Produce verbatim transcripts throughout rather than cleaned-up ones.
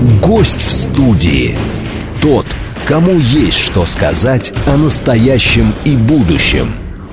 Гость в студии. Тот, кому есть что сказать о настоящем и будущем.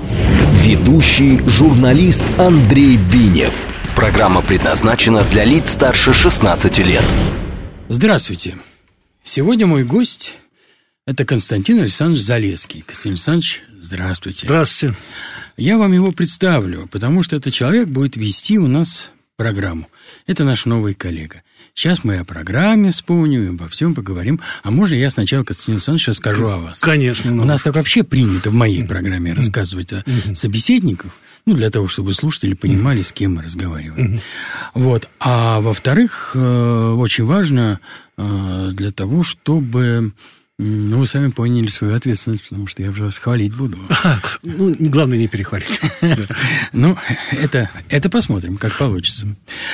Ведущий журналист Андрей Бинев. Программа предназначена для лиц старше шестнадцати лет. Здравствуйте. Сегодня мой гость – это Константин Александрович Залесский. Константин Александрович, здравствуйте. Здравствуйте. Я вам его представлю, потому что этот человек будет вести у нас программу. Это наш новый коллега. Сейчас мы о программе вспомним, обо всем поговорим. А можно я сначала, Константин Александрович, расскажу о вас? Конечно. У нас так вообще принято в моей программе рассказывать о собеседниках, ну, для того, чтобы слушатели понимали, с кем мы разговариваем. Вот. А во-вторых, очень важно для того, чтобы... Ну, вы сами поняли свою ответственность, потому что я уже вас хвалить буду. Ну, главное, не перехвалить. Ну, это, это посмотрим, как получится.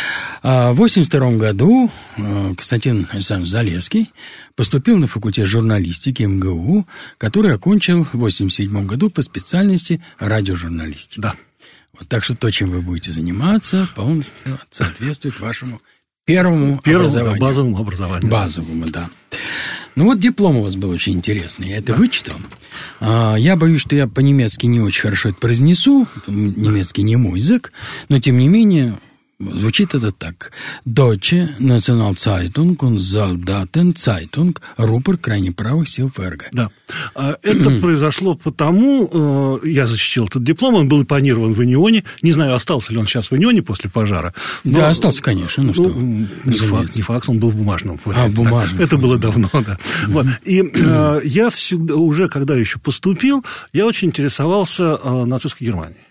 В восемьдесят втором году Константин Александрович Залесский поступил на факультет журналистики эм гэ у, который окончил в восемьдесят седьмом году по специальности радиожурналистики. Да. Вот, так что то, чем вы будете заниматься, полностью соответствует вашему первому, первому образованию. базовому образованию. Базовому, да. Ну вот диплом у вас был очень интересный, я это да. вычитал. А, я боюсь, что я по-немецки не очень хорошо это произнесу, немецкий не мой язык, но тем не менее звучит это так. Deutsche Nationalzeitung und Soldatenzeitung, рупор крайне правых сил эф эр гэ. Да. Это произошло потому, я защитил этот диплом, он был эпонирован в Унионе. Не знаю, остался ли он сейчас в Унионе после пожара. Но, да, остался, конечно. Ну, что, ну, не, факт, не факт, он был в бумажном варианте. А, бумажном. Это было давно, да. Mm-hmm. Вот. И э, я всегда, уже когда еще поступил, я очень интересовался э, нацистской Германией.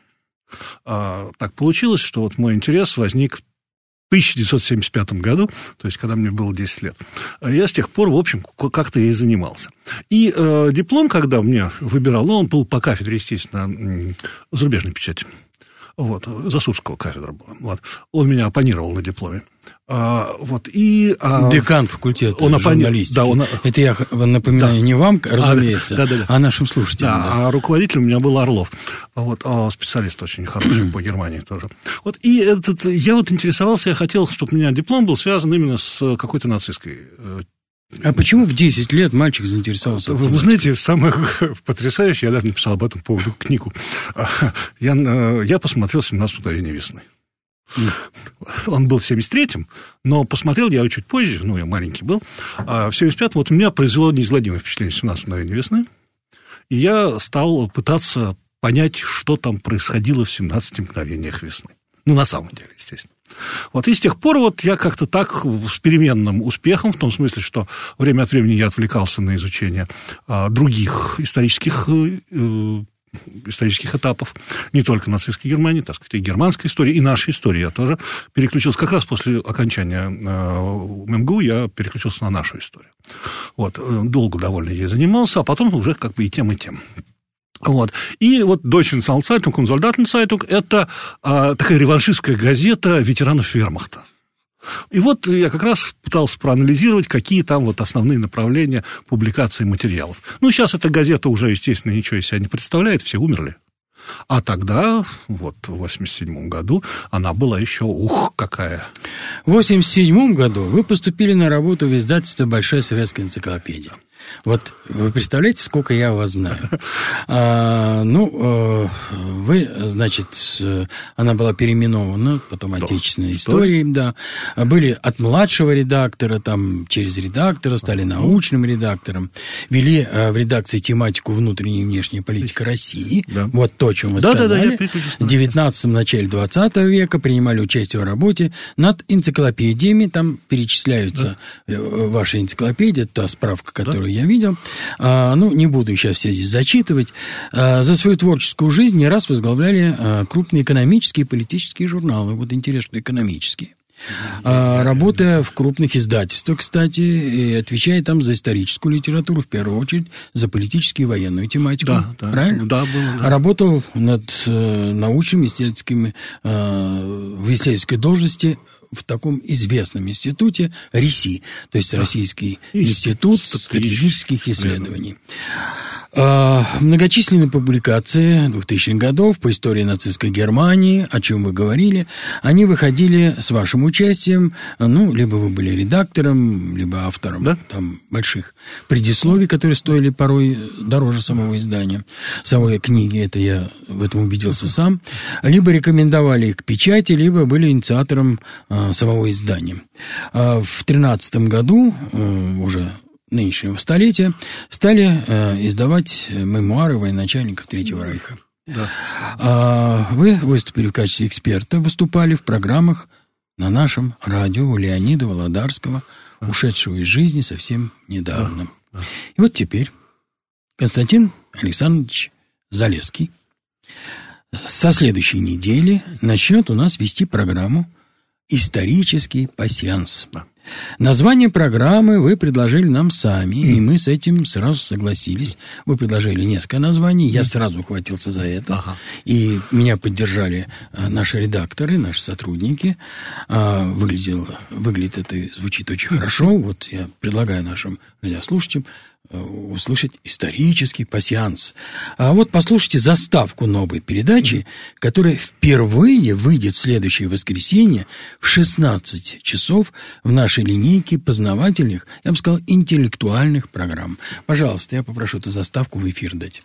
А, так получилось, что вот мой интерес возник в тысяча девятьсот семьдесят пятом году, то есть когда мне было десять лет. Я с тех пор, в общем, как-то и занимался. И э, диплом, когда мне выбирал, ну, он был по кафедре, естественно, зарубежной печати. Вот, Засурского кафедра была. Вот. Он меня оппонировал на дипломе. А, вот, и, а, декан факультета он журналистики. Да, он... Это я напоминаю да. не вам, разумеется, а, да, да, да. а нашим слушателям. Да, да. А руководитель у меня был Орлов. Вот, а специалист очень хороший по Германии тоже. Вот, и этот, я вот интересовался, я хотел, чтобы у меня диплом был связан именно с какой-то нацистской. А почему в десять лет мальчик заинтересовался? Вы, вы знаете, самое потрясающее, я даже написал об этом поводу книгу. Я, я посмотрел «семнадцать мгновений весны». Mm. Он был в семьдесят третьем, но посмотрел я его чуть позже, ну, я маленький был. А в семьдесят пятом вот у меня произвело неизгладимое впечатление «семнадцать мгновений весны». И я стал пытаться понять, что там происходило в семнадцати мгновениях весны. Ну, на самом деле, естественно. Вот, и с тех пор вот я как-то так с переменным успехом, в том смысле, что время от времени я отвлекался на изучение а, других исторических, э, исторических этапов, не только нацистской Германии, так сказать, и германской истории, и нашей истории я тоже переключился. Как раз после окончания э, эм гэ у я переключился на нашу историю. Вот, долго довольно ей занимался, а потом уже как бы и тем, и тем. Вот. И вот Deutsche Nationalzeitung und Soldatenzeitung – это а, такая реваншистская газета ветеранов вермахта. И вот я как раз пытался проанализировать, какие там вот основные направления публикации материалов. Ну, сейчас эта газета уже, естественно, ничего из себя не представляет, все умерли. А тогда, вот в восемьдесят седьмом году, она была еще, ух, какая. В восемьдесят седьмом году вы поступили на работу в издательство «Большая советская энциклопедия». Вот вы представляете, сколько я вас знаю. А, ну, а, вы, значит, она была переименована, потом «Отечественной историей», да. Были от младшего редактора, там, через редактора, стали научным редактором, вели а, в редакции тематику внутренней и внешней политики России. Да. Вот то, о чем вы да, сказали. Да, да, в девятнадцатом, начале двадцатого века принимали участие в работе над энциклопедиями, там перечисляются да. ваши энциклопедии, та справка, которую да. я видел. А, ну, не буду сейчас все здесь зачитывать. А, за свою творческую жизнь не раз возглавляли а, крупные экономические и политические журналы. Вот интересно, экономические. А, работая в крупных издательствах, кстати, и отвечая там за историческую литературу, в первую очередь, за политическую и военную тематику. Да, да, правильно? Да, было, да. Работал над э, научными исследовательскими, э, в исследовательской должности в таком известном институте РИСИ, то есть да. Российский институт стратегических исследований. Многочисленные публикации двухтысячных годов по истории нацистской Германии, о чем вы говорили, они выходили с вашим участием, ну, либо вы были редактором, либо автором, да? Там больших предисловий, которые стоили порой дороже самого издания, самой книги, это я в этом убедился сам, либо рекомендовали их к печати, либо были инициатором а, самого издания. А в тринадцатом году, а, уже нынешнего столетия, стали э, издавать мемуары военачальников Третьего Рейха. Да. А, вы выступили в качестве эксперта, выступали в программах на нашем радио у Леонида Володарского, да. ушедшего из жизни совсем недавно. Да. Да. И вот теперь Константин Александрович Залесский со следующей недели начнет у нас вести программу «Исторический пасьянс». Да. Название программы вы предложили нам сами, mm. и мы с этим сразу согласились. Вы предложили несколько названий, я сразу ухватился за это. Ага. И меня поддержали а, наши редакторы, наши сотрудники. А, выглядело, выглядит это, звучит очень хорошо. Вот я предлагаю нашим радиослушателям услышать исторический пасьянс. А вот послушайте заставку новой передачи, которая впервые выйдет в следующее воскресенье в шестнадцать часов в нашей линейке познавательных, я бы сказал, интеллектуальных программ. Пожалуйста, я попрошу эту заставку в эфир дать.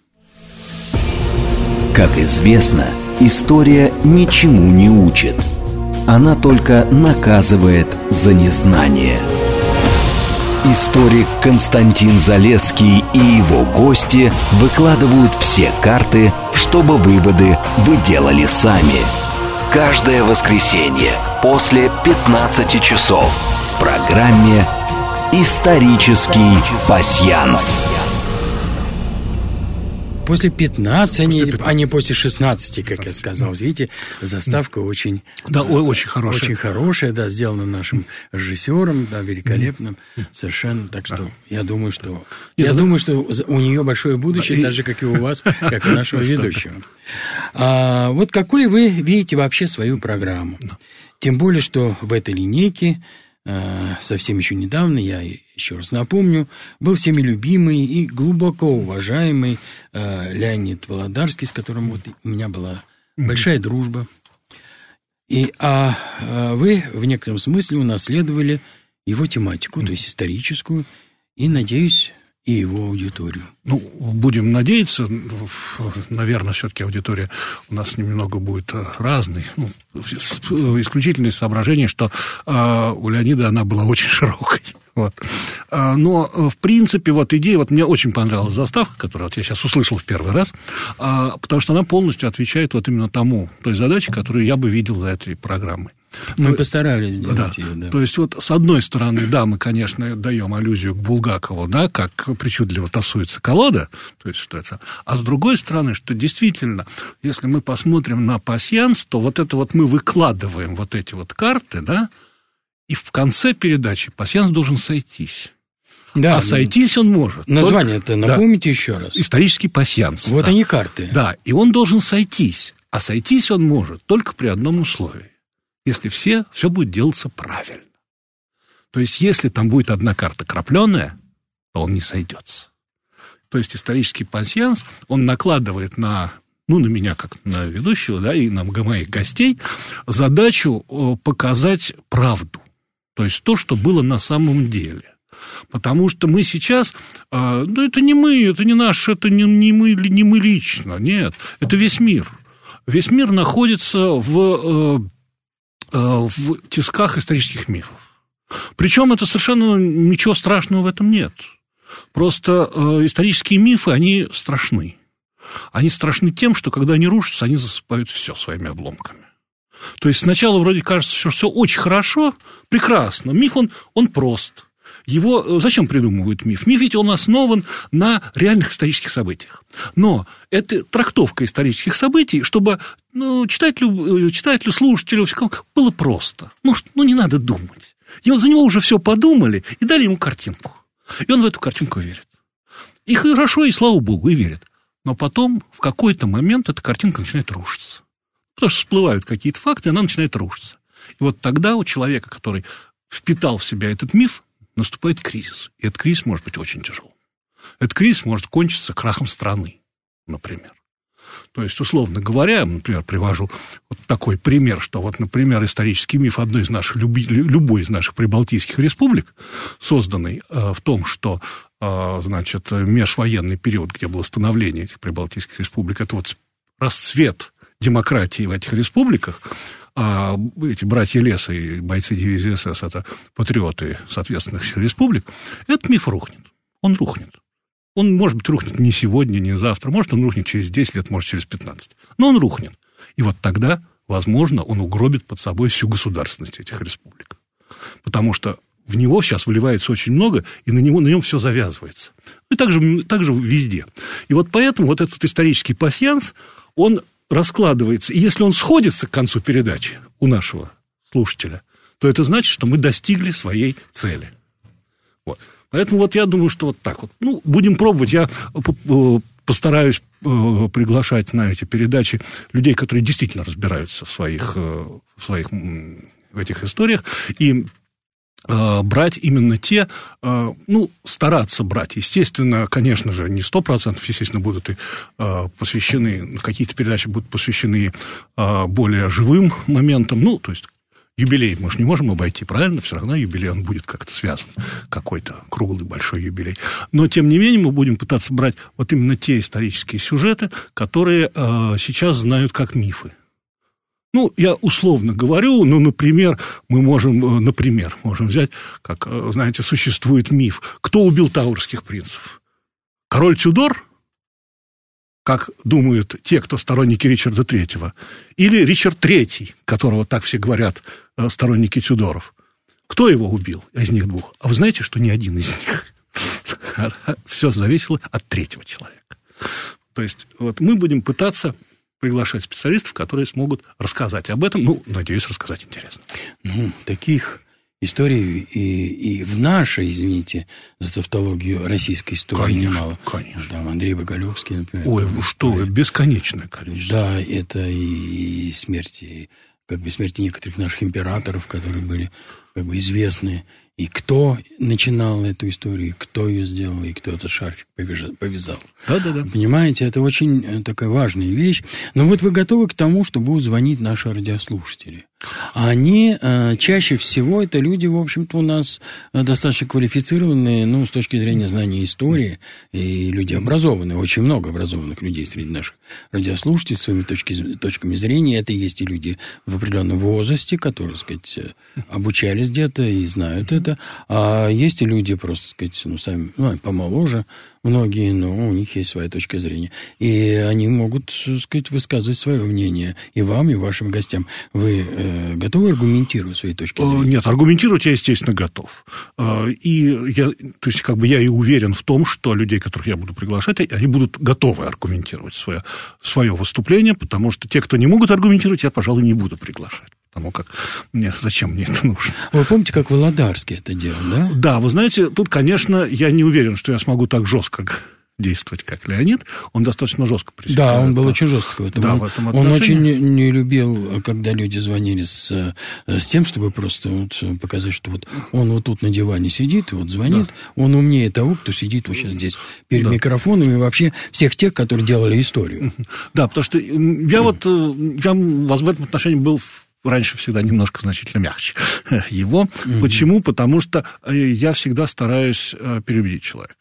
Как известно, история ничему не учит. Она только наказывает за незнание. Историк Константин Залесский и его гости выкладывают все карты, чтобы выводы вы делали сами. Каждое воскресенье после пятнадцати часов в программе «Исторический пасьянс». После пятнадцати, после пятнадцати. А не после шестнадцати, как пятнадцати. Я сказал. Видите, заставка очень... Да, ой, очень хорошая. Очень хорошая, да, сделана нашим режиссером, да, великолепным, совершенно. Так что я думаю, что... Я Нет, думаю, что у нее большое будущее, и... даже как и у вас, как у нашего ведущего. А, вот какой вы видите вообще свою программу? Тем более, что в этой линейке совсем еще недавно, я еще раз напомню, был всеми любимый и глубоко уважаемый э, Леонид Володарский, с которым вот у меня была большая дружба. И, а, а вы в некотором смысле унаследовали его тематику, то есть историческую, и, надеюсь, и его аудиторию. Ну, будем надеяться. Наверное, все-таки аудитория у нас немного будет разной. Ну, исключительное соображение, что э, у Леонида она была очень широкой. Вот. Но, в принципе, вот идея, вот мне очень понравилась заставка, которую вот я сейчас услышал в первый раз, потому что она полностью отвечает вот именно тому, той задаче, которую я бы видел за этой программой. Мы то, постарались сделать да, ее, да. То есть, вот с одной стороны, да, мы, конечно, даем аллюзию к Булгакову, да, как причудливо тасуется колода, то есть, что это, а с другой стороны, что действительно, если мы посмотрим на пасьянс, то вот это вот мы выкладываем вот эти вот карты, да, и в конце передачи пасьянс должен сойтись. Да, а сойтись он может. Название-то напомните, да, еще раз. Исторический пасьянс. Вот, да, они карты. Да, и он должен сойтись. А сойтись он может только при одном условии. Если все, все будет делаться правильно. То есть, если там будет одна карта крапленая, то он не сойдется. То есть, исторический пасьянс, он накладывает на, ну, на меня, как на ведущего, да, и на моих гостей, задачу показать правду. То есть, то, что было на самом деле. Потому что мы сейчас, ну, это не мы, это не наш, это не, не, мы, не мы лично, нет, это весь мир. Весь мир находится в... в тисках исторических мифов. Причем это совершенно ничего страшного в этом нет. Просто э, исторические мифы, они страшны. Они страшны тем, что когда они рушатся, они засыпают все своими обломками. То есть сначала вроде кажется, что все очень хорошо, прекрасно. Миф, он, он прост. Его зачем придумывают миф? Миф ведь он основан на реальных исторических событиях. Но это трактовка исторических событий, чтобы, ну, читателю, читателю, слушателю было просто. Ну, ну, не надо думать. И вот за него уже все подумали и дали ему картинку. И он в эту картинку верит. И хорошо, и слава богу, и верит. Но потом в какой-то момент эта картинка начинает рушиться. Потому что всплывают какие-то факты, и она начинает рушиться. И вот тогда у человека, который впитал в себя этот миф, наступает кризис. И этот кризис может быть очень тяжелым. Этот кризис может кончиться крахом страны, например. То есть, условно говоря, например, привожу вот такой пример, что вот, например, исторический миф одной из наших, любой из наших прибалтийских республик, созданный в том, что, значит, межвоенный период, где было становление этих прибалтийских республик, это вот расцвет демократии в этих республиках, а эти братья леса и бойцы дивизии СС – это патриоты соответственных республик, этот миф рухнет. Он рухнет. Он, может быть, рухнет не сегодня, не завтра, может, он рухнет через десять лет, может, через пятнадцать. Но он рухнет. И вот тогда, возможно, он угробит под собой всю государственность этих республик. Потому что в него сейчас выливается очень много, и на, него, на нем все завязывается. И также, также везде. И вот поэтому вот этот исторический пасьянс, он раскладывается. И если он сходится к концу передачи у нашего слушателя, то это значит, что мы достигли своей цели. Вот. Поэтому вот я думаю, что вот так вот. Ну, будем пробовать. Я постараюсь приглашать на эти передачи людей, которые действительно разбираются в своих, в своих в этих историях, и брать именно те, ну, стараться брать. Естественно, конечно же, не сто процентов, естественно, будут и посвящены, какие-то передачи будут посвящены более живым моментам, ну, то есть юбилей мы же не можем обойти, правильно? Все равно юбилей, он будет как-то связан, какой-то круглый большой юбилей. Но, тем не менее, мы будем пытаться брать вот именно те исторические сюжеты, которые э, сейчас знают как мифы. Ну, я условно говорю, ну, например, мы можем, например, можем взять, как, знаете, существует миф, кто убил таурских принцев? Король Тюдор? Как думают те, кто сторонники Ричарда Третьего, или Ричард Третий, которого так все говорят сторонники Тюдоров. Кто его убил из них двух? А вы знаете, что ни один из них. Все зависело от третьего человека. То есть вот мы будем пытаться приглашать специалистов, которые смогут рассказать об этом. Ну, надеюсь, рассказать интересно. Ну, таких историй и, и в нашей, извините за тавтологию, российской истории конечно, немало. Конечно. Там Андрей Боголюбский, например. Ой, вы что вы, бесконечное количество. Да, это и смерти, как бы смерти некоторых наших императоров, которые были как бы известны. И кто начинал эту историю, кто ее сделал, и кто этот шарфик повязал. Да-да-да. Понимаете, это очень такая важная вещь. Но вот вы готовы к тому, что будут звонить наши радиослушатели. Они э, чаще всего, это люди, в общем-то, у нас достаточно квалифицированные, ну, с точки зрения знания истории, и люди образованные, очень много образованных людей среди наших радиослушателей, своими точки, точками зрения. Это есть и люди в определенном возрасте, которые, так сказать, обучались где-то и знают это. А есть и люди, просто, так сказать, ну, сами, ну, помоложе, многие, но у них есть своя точка зрения. И они могут, так сказать, высказывать свое мнение и вам, и вашим гостям. Вы э, готовы аргументировать свои точки зрения? Нет, аргументировать я, естественно, готов. И я, то есть, как бы я и уверен в том, что людей, которых я буду приглашать, они будут готовы аргументировать свое, свое выступление, потому что те, кто не могут аргументировать, я, пожалуй, не буду приглашать. Потому как мне, зачем мне это нужно? Вы помните, как Володарский это делал, да? Да, вы знаете, тут, конечно, я не уверен, что я смогу так жестко действовать, как Леонид. Он достаточно жестко пресекает. Да, он был очень жестко в этом. Да, он, в этом он очень не любил, когда люди звонили с, с тем, чтобы просто вот показать, что вот он вот тут на диване сидит, вот звонит, да. Он умнее того, кто сидит вот сейчас здесь перед да. микрофоном, и вообще всех тех, которые делали историю. Да, потому что я вот я в этом отношении был раньше всегда немножко значительно мягче его. Mm-hmm. Почему? Потому что я всегда стараюсь переубедить человека.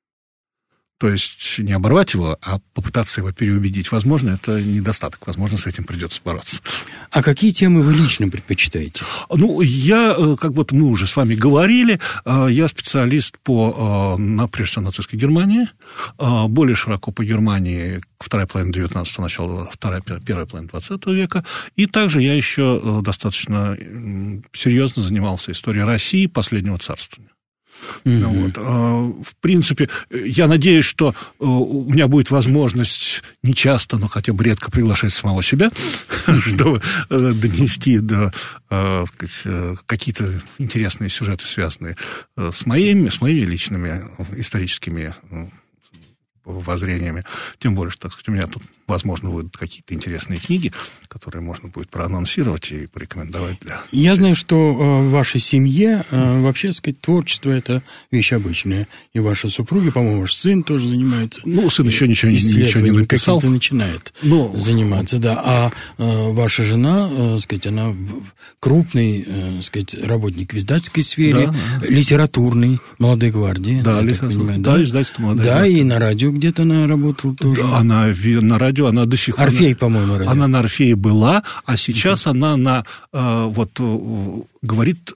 То есть не оборвать его, а попытаться его переубедить. Возможно, это недостаток. Возможно, с этим придется бороться. А какие темы вы лично предпочитаете? Ну, я, как вот мы уже с вами говорили, я специалист по, прежде всего, нацистской Германии, более широко по Германии, вторая половина девятнадцатого, начало вторая, первая половина двадцатого века. И также я еще достаточно серьезно занимался историей России последнего царствования. Mm-hmm. Вот. В принципе, я надеюсь, что у меня будет возможность не часто, но хотя бы редко приглашать самого себя, mm-hmm. чтобы донести до, сказать, какие-то интересные сюжеты, связанные с моими, с моими личными историческими воззрениями. Тем более, что, так сказать, у меня тут, возможно, выйдут какие-то интересные книги, которые можно будет проанонсировать и порекомендовать для... Я знаю, что в вашей семье вообще, так сказать, творчество – это вещь обычная. И ваша супруга, по-моему, ваш сын тоже занимается. Ну, сын еще ничего, ничего не написал. Каким-то начинает Но... заниматься, да. А э, ваша жена, э, так сказать, она крупный, э, так сказать, работник в издательской сфере, да, да. литературный, «Молодой гвардии». Да, понимаю, да, да, издательство «Молодая да, гвардия». Да, и на радио где-то она работала тоже. Да, она на радио, она до сих пор... Орфей, по-моему, радио. Она на Орфее была, а сейчас uh-huh. она на... Э, вот э, говорит...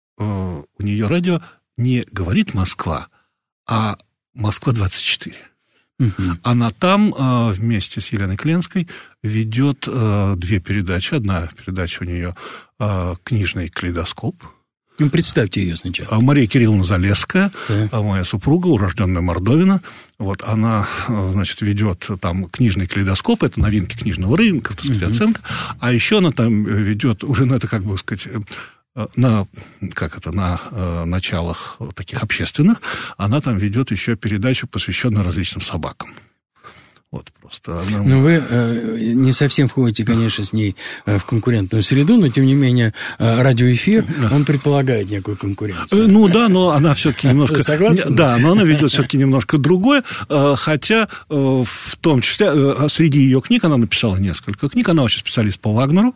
Э, у нее радио не «Говорит Москва», а «Москва двадцать четыре». Uh-huh. Она там э, вместе с Еленой Кленской ведет э, две передачи. Одна передача у нее э, «Книжный калейдоскоп». Ну, представьте ее сначала. Мария Кирилловна Залесская, да. моя супруга, урожденная Мордовина. Вот она, значит, ведет там «Книжный калейдоскоп», это новинки книжного рынка, так сказать, uh-huh. оценка. А еще она там ведет, уже, ну, это, как бы сказать, на, как это, на э, началах таких общественных, она там ведет еще передачу, посвященную различным собакам. Вот просто. Она... Ну, вы э, не совсем входите, конечно, с ней э, в конкурентную среду, но, тем не менее, э, радиоэфир, он предполагает некую конкуренцию. Ну, да, но она все-таки немножко... Вы согласны? Да, но она ведет все-таки немножко другое, э, хотя э, в том числе э, среди ее книг она написала несколько книг. Она очень специалист по Вагнеру,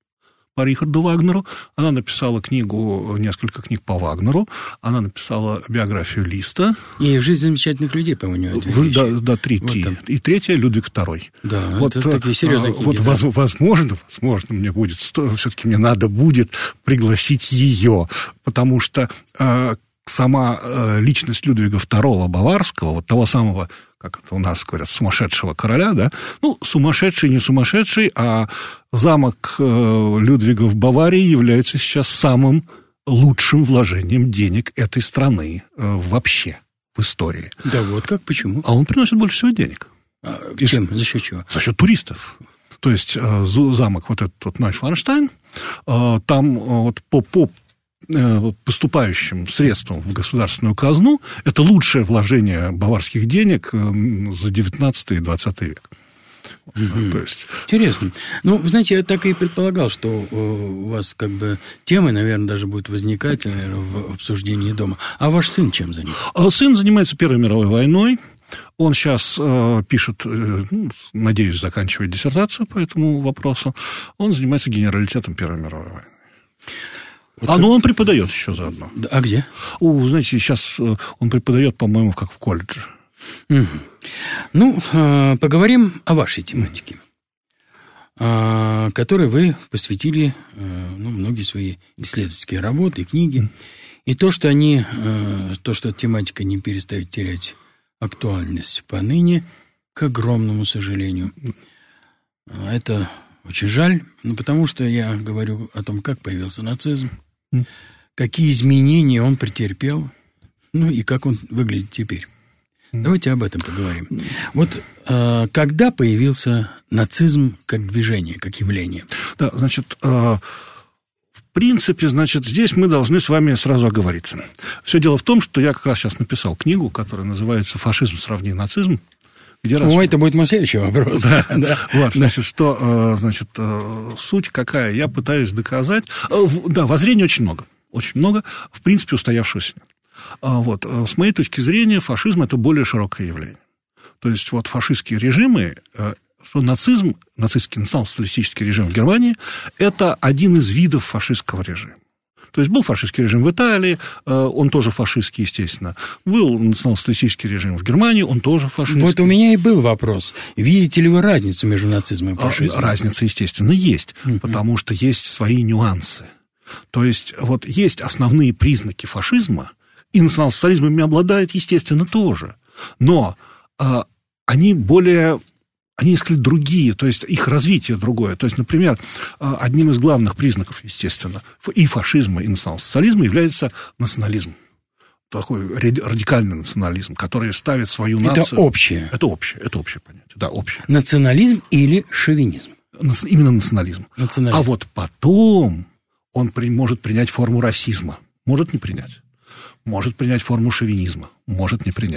по Рихарду Вагнеру. Она написала книгу, несколько книг по Вагнеру. Она написала биографию Листа. И «Жизнь замечательных людей», по-моему, в, да, да, три, вот три. И третья Людвиг второй. Да, вот, это такие серьезные книги. Вот, да. возможно, возможно, мне будет, все-таки мне надо будет пригласить ее, потому что э, сама э, личность Людвига второго Баварского, вот того самого, как это у нас говорят, сумасшедшего короля, да, ну, сумасшедший, не сумасшедший, а замок э, Людвига в Баварии является сейчас самым лучшим вложением денег этой страны э, вообще в истории. Да вот как, почему? А он приносит больше всего денег. А, чем? За счет чего? За счет туристов. То есть э, замок вот этот вот Нойшварнштайн, э, там э, вот по, по поступающим средствам в государственную казну, это лучшее вложение баварских денег за девятнадцатый и двадцатый век. Mm-hmm. То есть... Интересно. Ну, вы знаете, я так и предполагал, что у вас как бы темы, наверное, даже будут возникать, наверное, в обсуждении дома. А ваш сын чем занимается? Сын занимается Первой мировой войной. Он сейчас э, пишет, э, ну, надеюсь, заканчивает диссертацию по этому вопросу. Он занимается генералитетом Первой мировой войны. Вот а, ну, он преподает еще заодно. А где? О, знаете, сейчас он преподает, по-моему, как в колледже. Угу. Ну, э, поговорим о вашей тематике, э, которой вы посвятили э, ну, многие свои исследовательские работы и книги. И то, что они, э, то, что тематика не перестает терять актуальность поныне, к огромному сожалению. Это очень жаль, ну, потому что я говорю о том, как появился нацизм, mm. какие изменения он претерпел, ну, и как он выглядит теперь. Mm. Давайте об этом поговорим. Mm. Вот э, когда появился нацизм как движение, как явление? Да, значит, э, в принципе, значит, здесь мы должны с вами сразу оговориться. Все дело в том, что я как раз сейчас написал книгу, которая называется «Фашизм сравни нацизм». Где О, раз... это будет мой следующий вопрос. Да, да. Вот, значит, что, значит, суть какая? Я пытаюсь доказать... Да, воззрений очень много. Очень много, в принципе, устоявшегося нет. Вот, с моей точки зрения, фашизм – это более широкое явление. То есть, вот фашистские режимы, что нацизм, нацистский национал-социалистический режим в Германии – это один из видов фашистского режима. То есть, был фашистский режим в Италии, он тоже фашистский, естественно. Был национал-социалистический режим в Германии, он тоже фашистский. Вот у меня и был вопрос. Видите ли вы разницу между нацизмом и фашизмом? Разница, естественно, есть, uh-huh. потому что есть свои нюансы. То есть, вот есть основные признаки фашизма, и национал-социализм ими обладает, естественно, тоже. Но а, они более... Они несколько другие, то есть их развитие другое. То есть, например, одним из главных признаков, естественно, и фашизма, и национал-социализма является национализм. Такой радикальный национализм, который ставит свою нацию... Это общее. Это общее, это общее понятие, да, общее. Национализм или шовинизм? Именно национализм. национализм. А вот потом он при, может принять форму расизма, может не принять. Может принять форму шовинизма, может не принять.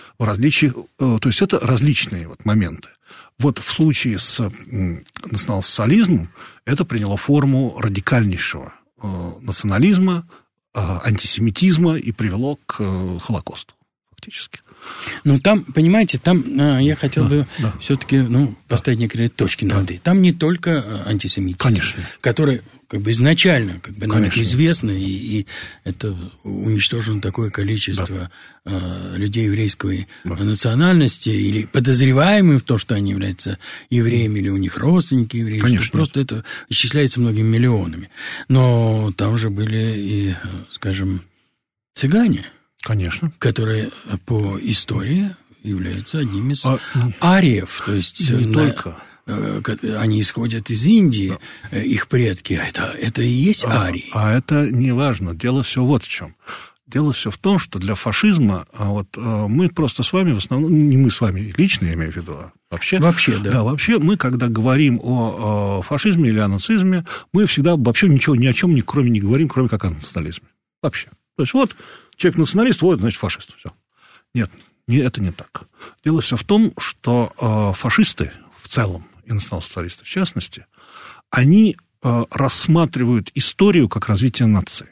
в различиях, то есть это различные вот моменты. Вот в случае с национал-социализмом это приняло форму радикальнейшего национализма, антисемитизма и привело к Холокосту фактически. Ну, там, понимаете, там а, я хотел да, бы да. все-таки ну, поставить да. некоторые точки да. над «и». Там не только антисемитизм, конечно. который как бы изначально как бы, нам конечно. это известно, и, и это уничтожено такое количество да. а, людей еврейской да. национальности или подозреваемых в том, что они являются евреями, или у них родственники евреи, что просто это исчисляется многими миллионами. Но там же были и, скажем, цыгане. Конечно. Которые по истории являются одними из а, ариев. То есть не на, только. Они исходят из Индии, да. их предки. Это, это и есть а, арии. А это не важно. Дело все вот в чем. Дело все в том, что для фашизма, а вот мы просто с вами в основном, не мы с вами лично, я имею в виду, а вообще. Вообще, да. Да, вообще мы, когда говорим о, о фашизме или о нацизме, мы всегда вообще ничего, ни о чем, ни, кроме не говорим, кроме как о национализме. Вообще. То есть вот человек националист, вот, значит, фашист. Все. Нет, не, это не так. Дело все в том, что э, фашисты в целом, и национал-социалисты в частности, они э, рассматривают историю как развитие нации.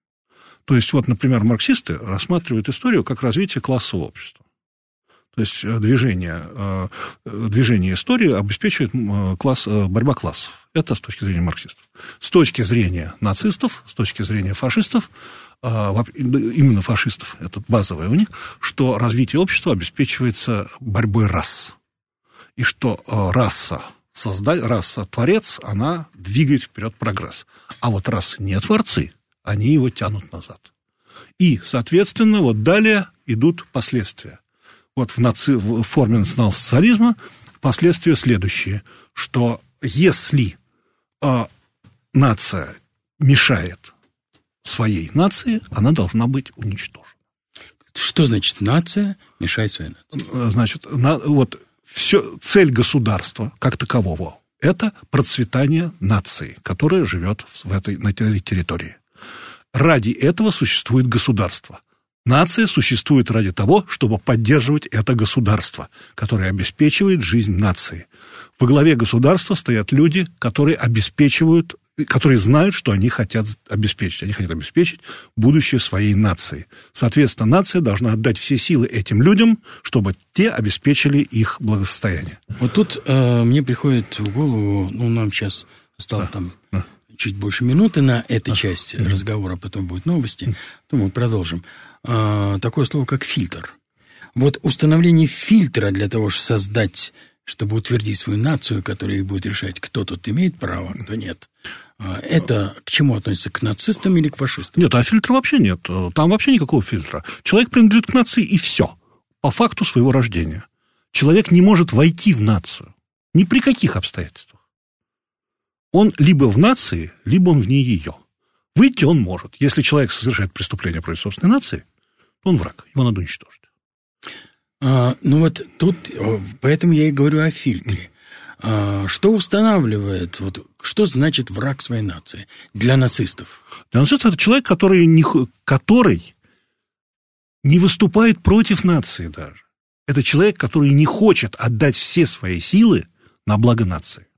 То есть, вот, например, марксисты рассматривают историю как развитие классового общества. То есть движение, э, движение истории обеспечивает э, класс, э, борьба классов. Это с точки зрения марксистов. С точки зрения нацистов, с точки зрения фашистов, именно фашистов, это базовое у них, что развитие общества обеспечивается борьбой рас. И что раса, созда... раса творец, она двигает вперед прогресс. А вот расы не творцы, они его тянут назад. И, соответственно, вот далее идут последствия. Вот в, наци... в форме национал-социализма последствия следующие, что если э, нация мешает своей нации, она должна быть уничтожена. Что значит нация мешает своей нации? Значит, на, вот все, цель государства как такового – это процветание нации, которая живет в этой, на этой территории. Ради этого существует государство. Нация существует ради того, чтобы поддерживать это государство, которое обеспечивает жизнь нации. Во главе государства стоят люди, которые обеспечивают, которые знают, что они хотят обеспечить. Они хотят обеспечить будущее своей нации. Соответственно, нация должна отдать все силы этим людям, чтобы те обеспечили их благосостояние. Вот тут э, мне приходит в голову, ну, нам сейчас осталось да. там да. чуть больше минуты на эту да. часть mm-hmm. разговора, потом будут новости, mm-hmm. потом мы продолжим. Э, такое слово, как фильтр. Вот установление фильтра для того, чтобы создать, чтобы утвердить свою нацию, которая будет решать, кто тут имеет право, кто нет. Это к чему относится? К нацистам или к фашистам? Нет, а фильтра вообще нет. Там вообще никакого фильтра. Человек принадлежит к нации, и все. По факту своего рождения. Человек не может войти в нацию. Ни при каких обстоятельствах. Он либо в нации, либо он вне ее. Выйти он может. Если человек совершает преступление против собственной нации, то он враг. Его надо уничтожить. А, ну вот тут, поэтому я и говорю о фильтре. Что устанавливает, вот, что значит враг своей нации для нацистов? Для нацистов это человек, который не, который не выступает против нации даже. Это человек, который не хочет отдать все свои силы на благо нации.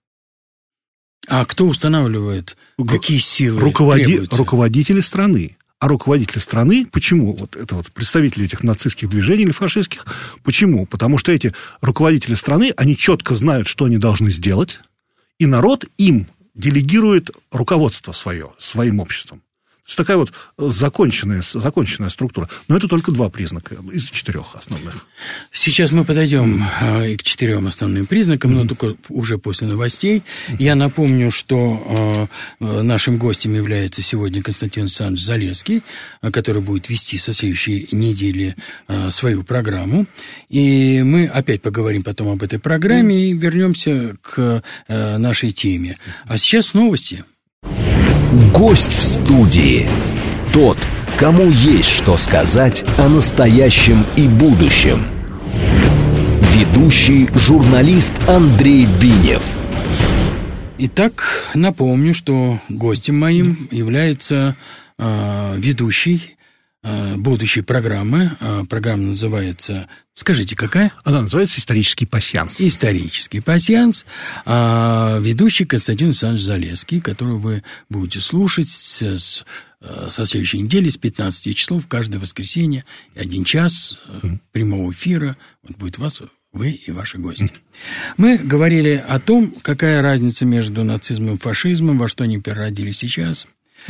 А кто устанавливает, какие силы Руководи, требуются? Руководители страны. А руководители страны, почему? Вот это вот представители этих нацистских движений или фашистских, почему? Потому что эти руководители страны, они четко знают, что они должны сделать, и народ им делегирует руководство свое, своим обществом. То есть такая вот законченная, законченная структура. Но это только два признака из четырех основных. Сейчас мы подойдем и к четырем основным признакам, но mm-hmm. только уже после новостей. Mm-hmm. Я напомню, что нашим гостем является сегодня Константин Александрович Залесский, который будет вести со следующей недели свою программу. И мы опять поговорим потом об этой программе mm-hmm. и вернемся к нашей теме. А сейчас новости. Гость в студии. Тот, кому есть что сказать о настоящем и будущем. Ведущий журналист Андрей Бинев. Итак, напомню, что гостем моим является э, ведущий будущей программы. Программа называется... Скажите, какая? Она называется «Исторический пасьянс». «Исторический пасьянс». Ведущий Константин Александрович Залесский, которого вы будете слушать с, со следующей недели, с пятнадцати часов, каждое воскресенье, один час прямого эфира. Вот будет вас... Вы и ваши гости. Мы говорили о том, какая разница между нацизмом и фашизмом, во что они переродились сейчас.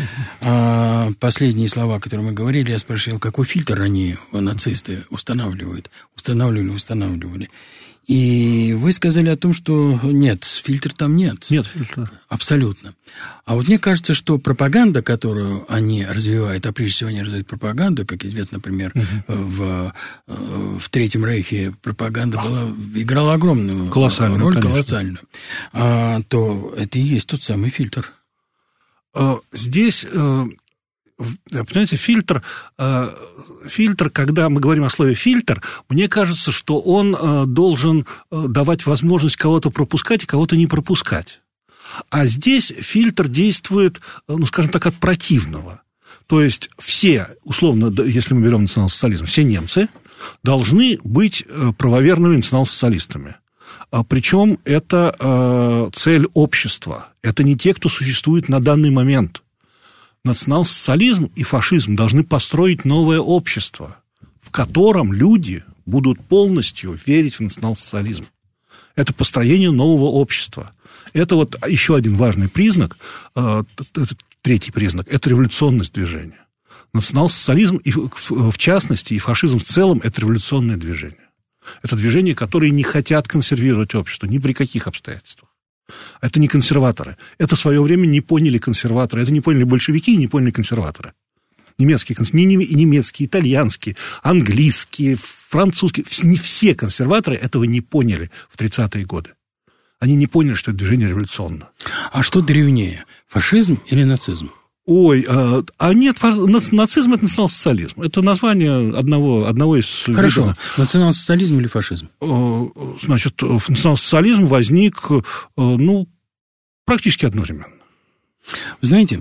А последние слова, которые мы говорили, я спросил, какой фильтр они, нацисты, устанавливают. Устанавливали, устанавливали. И вы сказали о том, что нет, фильтра там нет. Нет фильтра. Абсолютно. А вот мне кажется, что пропаганда, которую они развивают, а прежде всего они развивают пропаганду, как известно, например, угу. в, в Третьем Рейхе пропаганда была, играла огромную колоссальную, роль, конечно. колоссальную, а, то это и есть тот самый фильтр. Здесь... Понимаете, фильтр, фильтр, когда мы говорим о слове «фильтр», мне кажется, что он должен давать возможность кого-то пропускать и кого-то не пропускать. А здесь фильтр действует, ну, скажем так, от противного. То есть все, условно, если мы берем национал-социализм, все немцы должны быть правоверными национал-социалистами. Причем это цель общества. Это не те, кто существует на данный момент. Национал-социализм и фашизм должны построить новое общество, в котором люди будут полностью верить в национал-социализм. Это построение нового общества. Это вот еще один важный признак, третий признак, это революционность движения. Национал-социализм, и в частности, и фашизм в целом, это революционное движение. Это движения, которые не хотят консервировать общество ни при каких обстоятельствах. Это не консерваторы. Это в свое время не поняли консерваторы. Это не поняли большевики и не поняли консерваторы. Немецкие, не немецкие, итальянские, английские, французские. Не все консерваторы этого не поняли в тридцатые годы. Они не поняли, что это движение революционно. А что древнее, фашизм или нацизм? Ой, а, а нет, нацизм – это национал-социализм. Это название одного, одного из... Хорошо, видов. Национал-социализм или фашизм? Значит, национал-социализм возник, ну, практически одновременно. Вы знаете,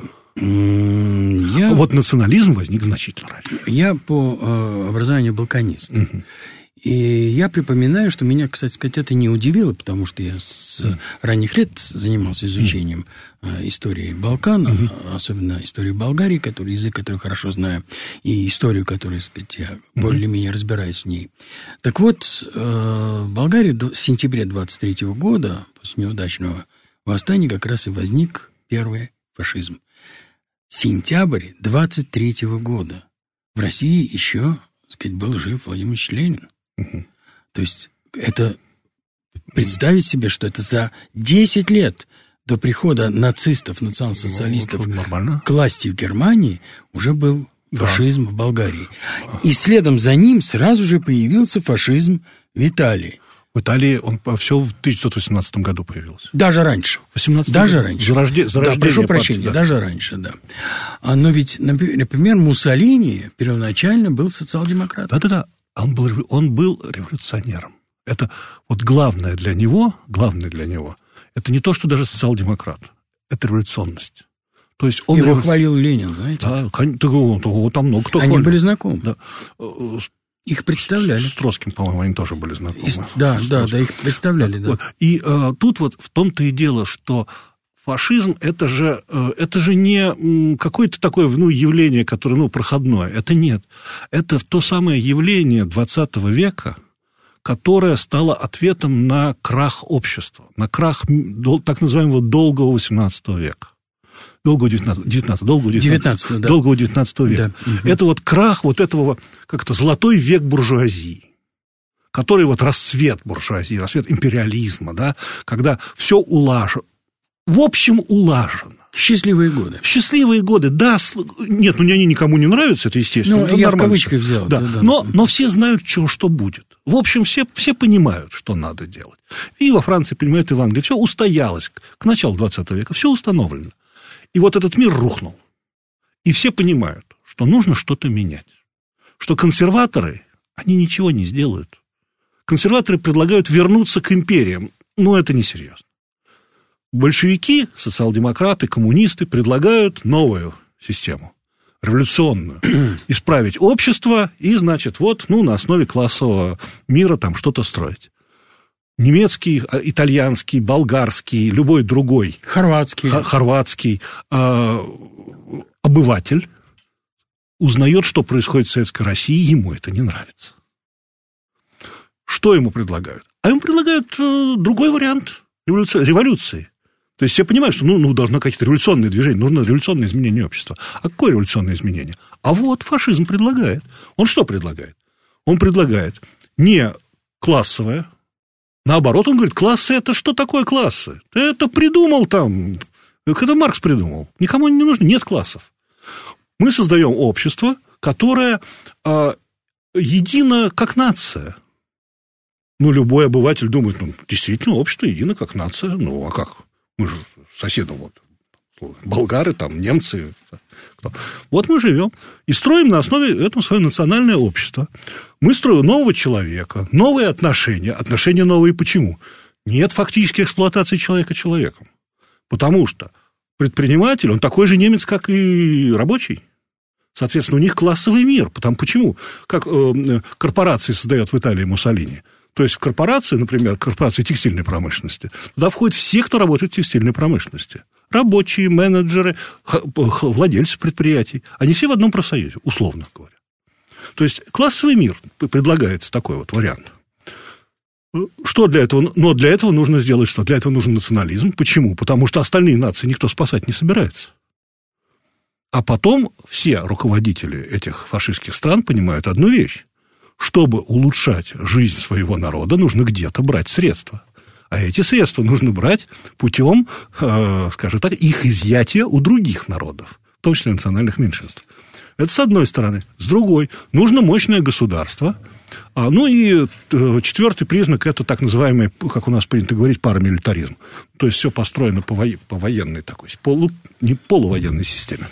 я... Вот национализм возник значительно раньше. Я по образованию балканист. Угу. И я припоминаю, что меня, кстати сказать, это не удивило, потому что я с mm. ранних лет занимался изучением mm. истории Балкан, mm-hmm. особенно истории Болгарии, который, язык, который хорошо знаю, и историю, которую, так сказать, я mm-hmm. более-менее разбираюсь в ней. Так вот, в Болгарии в сентябре двадцать третьего года, после неудачного восстания, как раз и возник первый фашизм. Сентябрь двадцать третьего года. В России еще, так сказать, был жив Владимир Ильич Ленин. Угу. То есть это представить себе, что это за десять лет до прихода нацистов, национал-социалистов ну, к власти в Германии уже был фашизм да. в Болгарии. И следом за ним сразу же появился фашизм в Италии. В Италии он все в тысяча девятьсот восемнадцатом году появился. Даже раньше. Даже раньше. Зарожде... Зарождение да, прошу партии, прощения, да. даже раньше, да. Но ведь, например, Муссолини первоначально был социал-демократом. Да-да-да. Он был, он был революционером. Это вот главное для него, главное для него, это не то, что даже социал-демократ, это революционность. То есть он Его револю... хвалил Ленин, знаете? Да, там много кто Они хвалил. были знакомы. Да. Их представляли. С Троцким, по-моему, они тоже были знакомы. И, да, да, да, их представляли, да. Вот. И а, тут вот в том-то и дело, что фашизм это же, это же не какое-то такое ну, явление, которое ну, проходное. Это нет. Это то самое явление двадцатого века, которое стало ответом на крах общества, на крах так называемого долгого восемнадцатого века. Долгого девятнадцатого, долгого девятнадцатого, да. долгого девятнадцатого века. Да. Угу. Это вот крах вот этого, как-то золотой век буржуазии, который вот расцвет буржуазии, расцвет империализма, да, когда все улажено. В общем, улажено. Счастливые годы. Счастливые годы, да. Нет, ну они никому не нравятся, это естественно. Ну, это я нормально. в кавычках взял. Да. Да, да, но, да. но все знают, что, что будет. В общем, все, все понимают, что надо делать. И во Франции понимают, и в Англии. Все устоялось. К началу двадцатого века все установлено. И вот этот мир рухнул. И все понимают, что нужно что-то менять. Что консерваторы, они ничего не сделают. Консерваторы предлагают вернуться к империям. Но это несерьезно. Большевики, социал-демократы, коммунисты предлагают новую систему. революционную, исправить общество и, значит, вот, ну, на основе классового мира там что-то строить. Немецкий, итальянский, болгарский, любой другой. Хорватский. Хорватский э, обыватель узнает, что происходит в Советской России, ему это не нравится. Что ему предлагают? А ему предлагают э, другой вариант революции. революции. То есть все понимают, что ну, ну, должно какие-то революционные движения, нужно революционное изменение общества. А какое революционное изменение? А вот фашизм предлагает. Он что предлагает? Он предлагает не классовое. Наоборот, он говорит, классы – это что такое классы? Это придумал там, это Маркс придумал. Никому не нужно, нет классов. Мы создаем общество, которое э, едино как нация. Ну, любой обыватель думает, ну, действительно, общество едино как нация. Ну, а как? Мы же соседи, вот, болгары, там, немцы. Кто? Вот мы живем и строим на основе этого свое национальное общество. Мы строим нового человека, новые отношения. Отношения новые почему? Нет фактически эксплуатации человека человеком. Потому что предприниматель, он такой же немец, как и рабочий. Соответственно, у них классовый мир. Потому, почему? Как э, корпорации создает в Италии Муссолини. То есть в корпорации, например, корпорации текстильной промышленности, туда входят все, кто работает в текстильной промышленности. Рабочие, менеджеры, владельцы предприятий. Они все в одном профсоюзе, условно говоря. То есть классовый мир предлагается такой вот вариант. Что для этого? Но для этого нужно сделать что? Для этого нужен национализм. Почему? Потому что остальные нации никто спасать не собирается. А потом все руководители этих фашистских стран понимают одну вещь. Чтобы улучшать жизнь своего народа, нужно где-то брать средства. А эти средства нужно брать путем, э, скажем так, их изъятия у других народов, в том числе национальных меньшинств. Это с одной стороны. С другой, нужно мощное государство. А, ну и э, четвертый признак – это так называемый, как у нас принято говорить, парамилитаризм. То есть все построено по, во... по военной такой, полу... не полувоенной системе.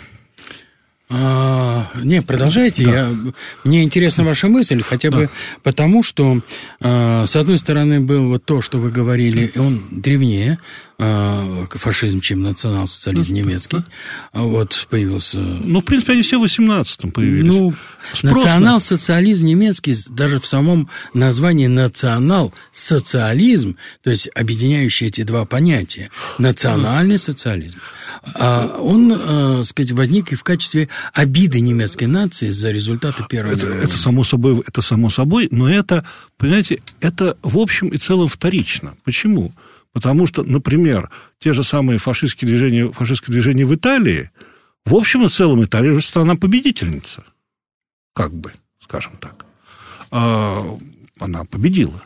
А, не, продолжайте. Да. Я, мне интересна ваша мысль, хотя бы да. потому, что, а, с одной стороны, был вот то, что вы говорили, и он древнее, а, фашизм, чем национал-социализм да. немецкий. А вот появился... Ну, в принципе, они все в восемнадцатом появились. Ну, национал-социализм немецкий, даже в самом названии национал-социализм, то есть объединяющие эти два понятия, национальный социализм, а он, а, сказать, возник и в качестве обиды немецкой нации за результаты Первой это, мировой. Это само собой, это само собой, но это, понимаете, это в общем и целом вторично. Почему? Потому что, например, те же самые фашистские движения, фашистские движения в Италии, в общем и целом Италия же страна-победительница. Как бы, скажем так. Она победила.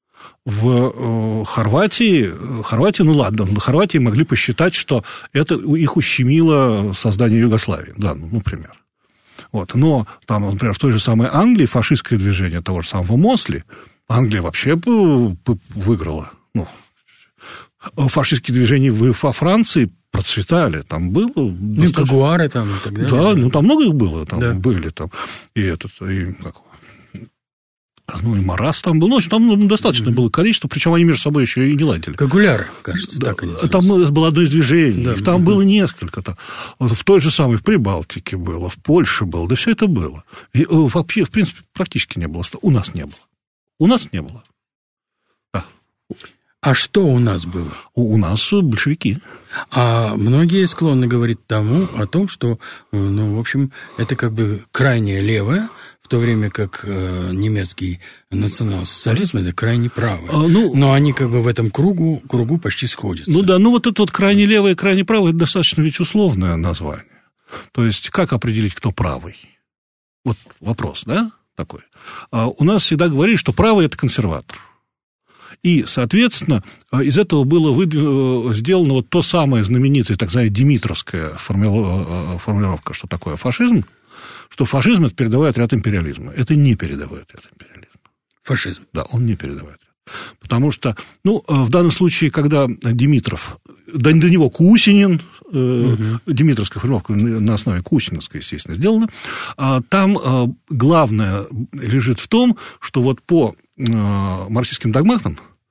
В Хорватии, Хорватии, ну ладно, на Хорватии могли посчитать, что это их ущемило создание Югославии, да, ну, например. Вот. Но там, например, в той же самой Англии фашистское движение того же самого Мосли, Англия вообще выиграла. Ну, фашистские движения во Франции процветали, там было... Ну, достаточно... Кагуары там и так далее. Да, ну там много их было, там да. были там, и этот, и как... Ну, и Марас там был. Ну, там достаточно mm-hmm. было количество, причем они между собой еще и не ладили. Кагуляры, кажется, да, так они там было одно из движений, да, там mm-hmm. было несколько. Там. Вот в той же самой, в Прибалтике было, в Польше было, да все это было. И, вообще, в принципе, практически не было. У нас не было. У нас не было. Да. А что у нас было? У, у нас большевики. А многие склонны говорить тому, о том, что, ну, в общем, это как бы крайне левое, в то время как э, немецкий национал-социализм – это крайне правое. А, ну, но они как бы в этом кругу, кругу почти сходятся. Ну да, ну вот это вот крайне левое и крайне правое – это достаточно ведь условное название. То есть, как определить, кто правый? Вот вопрос, да, такой. А у нас всегда говорили, что правый – это консерватор. И, соответственно, из этого было выдв... сделано вот то самое знаменитое, так сказать, димитровская формулировка, что такое фашизм, что фашизм – это передовой отряд империализма. Это не передовой отряд империализма. Фашизм. Да, он не передовой отряд. Потому что, ну, в данном случае, когда Димитров, до, до него Кусинин, э, угу. Димитровская формулировка на основе Кусиновской, естественно, сделана, а, там а, главное лежит в том, что вот по а, марксистским догматам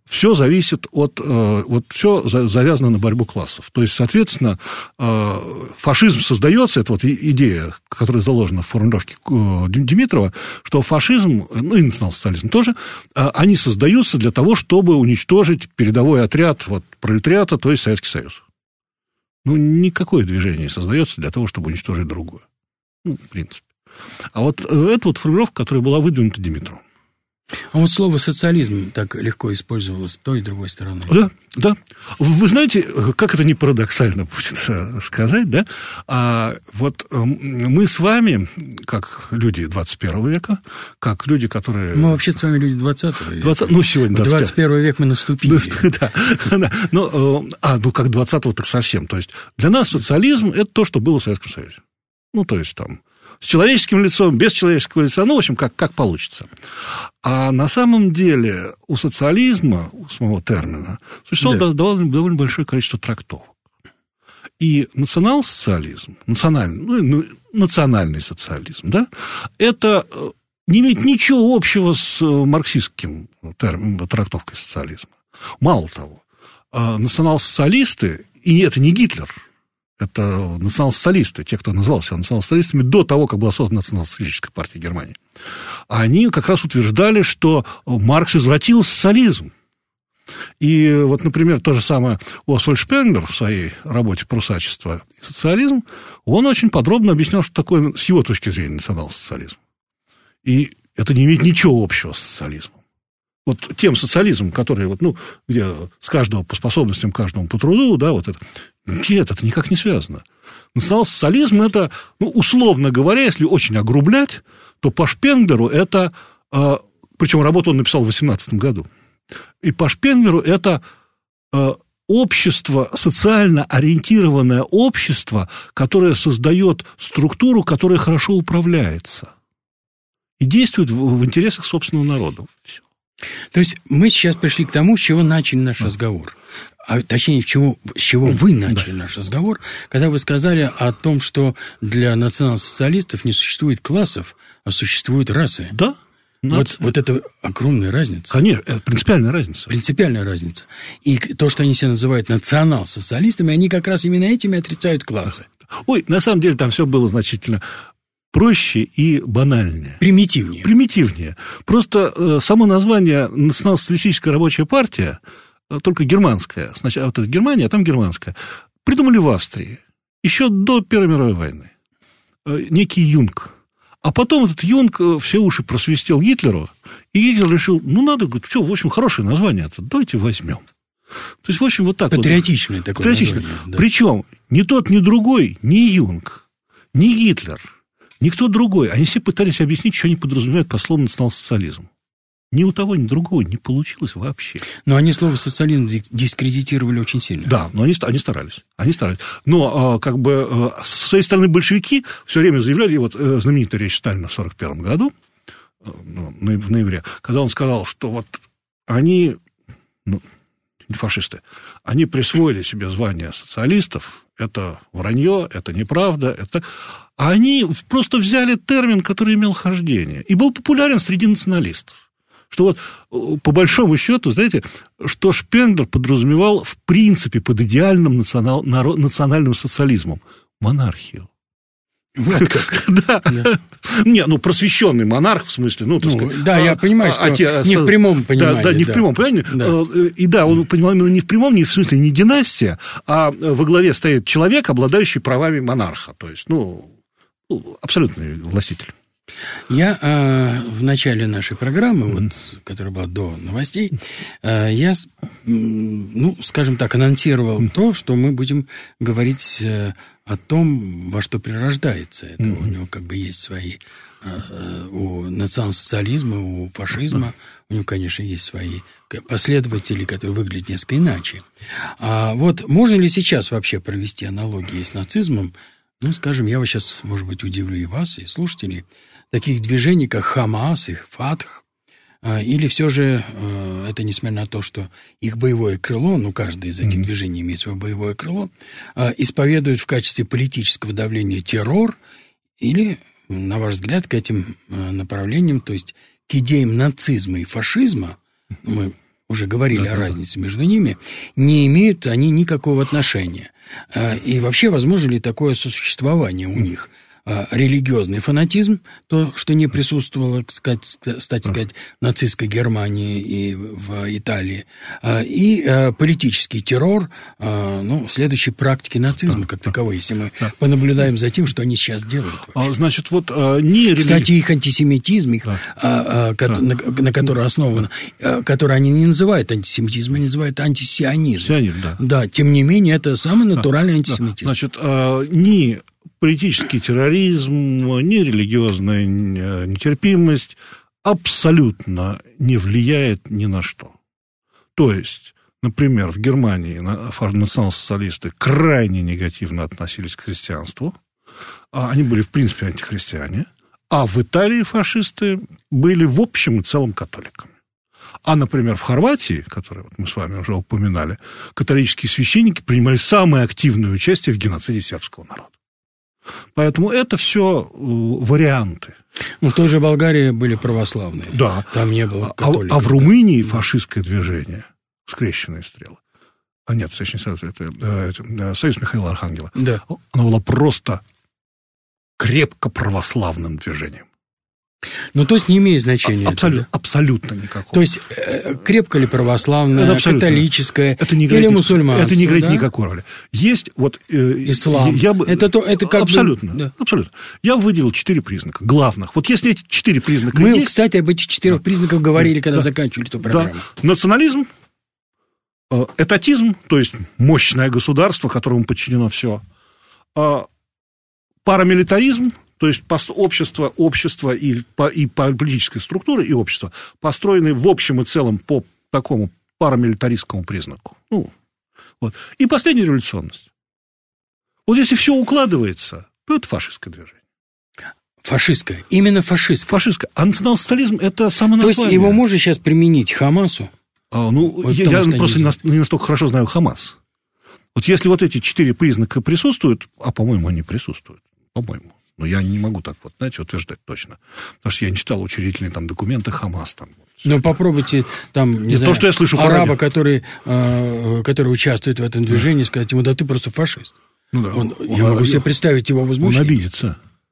все зависит от... Вот все завязано на борьбу классов. То есть, соответственно, фашизм создается, это вот идея, которая заложена в формулировке Димитрова, что фашизм, ну и национал-социализм тоже, они создаются для того, чтобы уничтожить передовой отряд вот, пролетариата, то есть Советский Союз. Ну, никакое движение не создается для того, чтобы уничтожить другое. Ну, в принципе. А вот это вот формулировка, которая была выдвинута Димитровым. А вот слово «социализм» так легко использовалось с той и другой стороны. Да, да. Вы знаете, как это не парадоксально будет сказать, да? А вот мы с вами, как люди двадцать первого века, как люди, которые... Мы вообще-то с вами люди двадцатого века. двадцатого, ну, сегодня двадцать первый. двадцать первый век мы наступили. Да, да. Ну, а, ну, как двадцатого, так совсем. То есть, для нас социализм – это то, что было в Советском Союзе. Ну, то есть, там... С человеческим лицом, без человеческого лица, ну, в общем, как, как получится. А на самом деле у социализма, у самого термина, существовало да. довольно, довольно большое количество трактовок. И национал-социализм, национальный, ну, национальный социализм, да, это не имеет ничего общего с марксистским термином, трактовкой социализма. Мало того, национал-социалисты, и это не Гитлер, это национал-социалисты, те, кто называл себя национал-социалистами до того, как была создана национал-социалистическая партия Германии. Они как раз утверждали, что Маркс извратил социализм. И вот, например, то же самое Освальд Шпенглер в своей работе «Прусачество и социализм», он очень подробно объяснял, что такое, с его точки зрения, национал-социализм. И это не имеет ничего общего с социализмом. Вот тем социализмом, который, вот, ну, где с каждого по способностям, каждому по труду, да, вот это. Нет, это никак не связано. Национал-социализм – это, ну, условно говоря, если очень огрублять, то по Шпенглеру это, э, причем работу он написал в восемнадцатом году, и по Шпенглеру это э, общество, социально ориентированное общество, которое создает структуру, которая хорошо управляется и действует в, в интересах собственного народа. Все. То есть мы сейчас пришли к тому, с чего начали наш разговор. А точнее, с чего, с чего вы начали да. наш разговор, когда вы сказали о том, что для национал-социалистов не существует классов, а существуют расы. Да. Вот, вот это огромная разница. Конечно, это принципиальная разница. Принципиальная разница. И то, что они себя называют национал-социалистами, они как раз именно этими отрицают классы. Ой, на самом деле там все было значительно проще и банальнее. Примитивнее. Примитивнее. Просто э, само название «Национал-социалистическая рабочая партия», только германская, сначала вот это Германия, а там германская, придумали в Австрии, еще до Первой мировой войны, некий Юнг. А потом этот Юнг все уши просвистел Гитлеру, и Гитлер решил, ну, надо, говорит, что, в общем, хорошее название это, давайте возьмем. То есть, в общем, вот так Патриотичное вот. Такое Патриотичное. название. Да. Причем ни тот, ни другой, ни Юнг, ни Гитлер, никто другой, они все пытались объяснить, что они подразумевают по слову национал-социализм. Ни у того, ни у другого не получилось вообще. Но они слово «социализм» дискредитировали очень сильно. Да, но они, они старались. Они старались. Но, как бы, со своей стороны большевики все время заявляли, и вот знаменитая речь Сталина в сорок первом году, в ноябре, когда он сказал, что вот они, ну, фашисты, они присвоили себе звание социалистов, это вранье, это неправда, это... А они просто взяли термин, который имел хождение, и был популярен среди националистов. Что вот, по большому счету, знаете, что Шпенглер подразумевал в принципе под идеальным национал, народ, национальным социализмом? Монархию. Вот как. Да. Не, ну, просвещенный монарх, в смысле, ну, так сказать. Да, я понимаю, что не в прямом понимании. Да, не в прямом понимании. И да, он понимал именно не в прямом, не в смысле не династия, а во главе стоит человек, обладающий правами монарха. То есть, ну, абсолютный властитель. Я э, в начале нашей программы, mm-hmm. вот, которая была до новостей, э, я, ну, скажем так, анонсировал mm-hmm. то, что мы будем говорить э, о том, во что прирождается это. Mm-hmm. У него как бы есть свои... Э, у национал-социализма, у фашизма, mm-hmm. у него, конечно, есть свои последователи, которые выглядят несколько иначе. А вот можно ли сейчас вообще провести аналогии с нацизмом? Ну, скажем, я вот сейчас, может быть, удивлю и вас, и слушателей, таких движений, как Хамас, их Фатх, или все же это, несмотря на то, что их боевое крыло, ну, каждое из этих mm-hmm. движений имеет свое боевое крыло, исповедует в качестве политического давления террор, или, на ваш взгляд, к этим направлениям, то есть к идеям нацизма и фашизма, мы уже говорили да, о да, разнице да. между ними, не имеют они никакого отношения. И вообще, возможно ли такое сосуществование у них? Религиозный фанатизм, то, что не присутствовало, кстати, сказать, в нацистской Германии и в Италии, и политический террор, ну, следующей практики нацизма как таковой, если мы понаблюдаем за тем, что они сейчас делают. Вообще. Значит, вот не религи... Кстати, их антисемитизм, их, да. на, на который основан, который они не называют антисемитизмом, они называют антисионизм. Сионизм, да. Да, тем не менее, это самый натуральный да. антисемитизм. Значит, не политический терроризм, ни религиозная нетерпимость абсолютно не влияет ни на что. То есть, например, в Германии национал-социалисты крайне негативно относились к христианству, они были, в принципе, антихристиане, а в Италии фашисты были в общем и целом католиками. А, например, в Хорватии, которую вот мы с вами уже упоминали, католические священники принимали самое активное участие в геноциде сербского народа. Поэтому это все варианты. Ну, в той же Болгарии были православные. Да. Там не было католиков. А, а в Румынии да. фашистское движение, скрещенные стрелы. А нет, Союз, это, это, Союз Михаила Архангела. Да. Оно было просто крепко православным движением. Ну, то есть не имеет значения. Абсолютно, это, да? абсолютно никакого. То есть э, крепко ли православное, католическое это не или мусульманское? Это не играет да? никакой роли. Есть вот... Э, Ислам. Я бы, это, то, это как абсолютно, бы, да. абсолютно. Я выделил четыре признака главных. Вот если эти четыре признака Мы, есть... кстати, об этих четырех да. признаках говорили, когда да. заканчивали эту программу. Да. Национализм, э, этатизм, то есть мощное государство, которому подчинено все, э, парамилитаризм, то есть общество, общество и, и политическая структура, и общество построены в общем и целом по такому парамилитаристскому признаку. Ну, вот. И последняя революционность. Вот если все укладывается, то это фашистское движение. Фашистское. Именно фашистское. Фашистское. А национал-социализм – это самое название. То есть его можно сейчас применить Хамасу? А, ну, вот я, я просто не, не настолько хорошо знаю Хамас. Вот если вот эти четыре признака присутствуют, а, по-моему, они присутствуют, по-моему. Но я не могу так вот, знаете, утверждать точно. Потому что я не читал учредительные там документы Хамас. Там, вот. Ну, попробуйте там, не не знаю, то, что я слышу араба, который, э, который участвует в этом движении, сказать ему, да ты просто фашист. Ну, да. он, он, я он, могу себе представить его возмущение. Он обидится.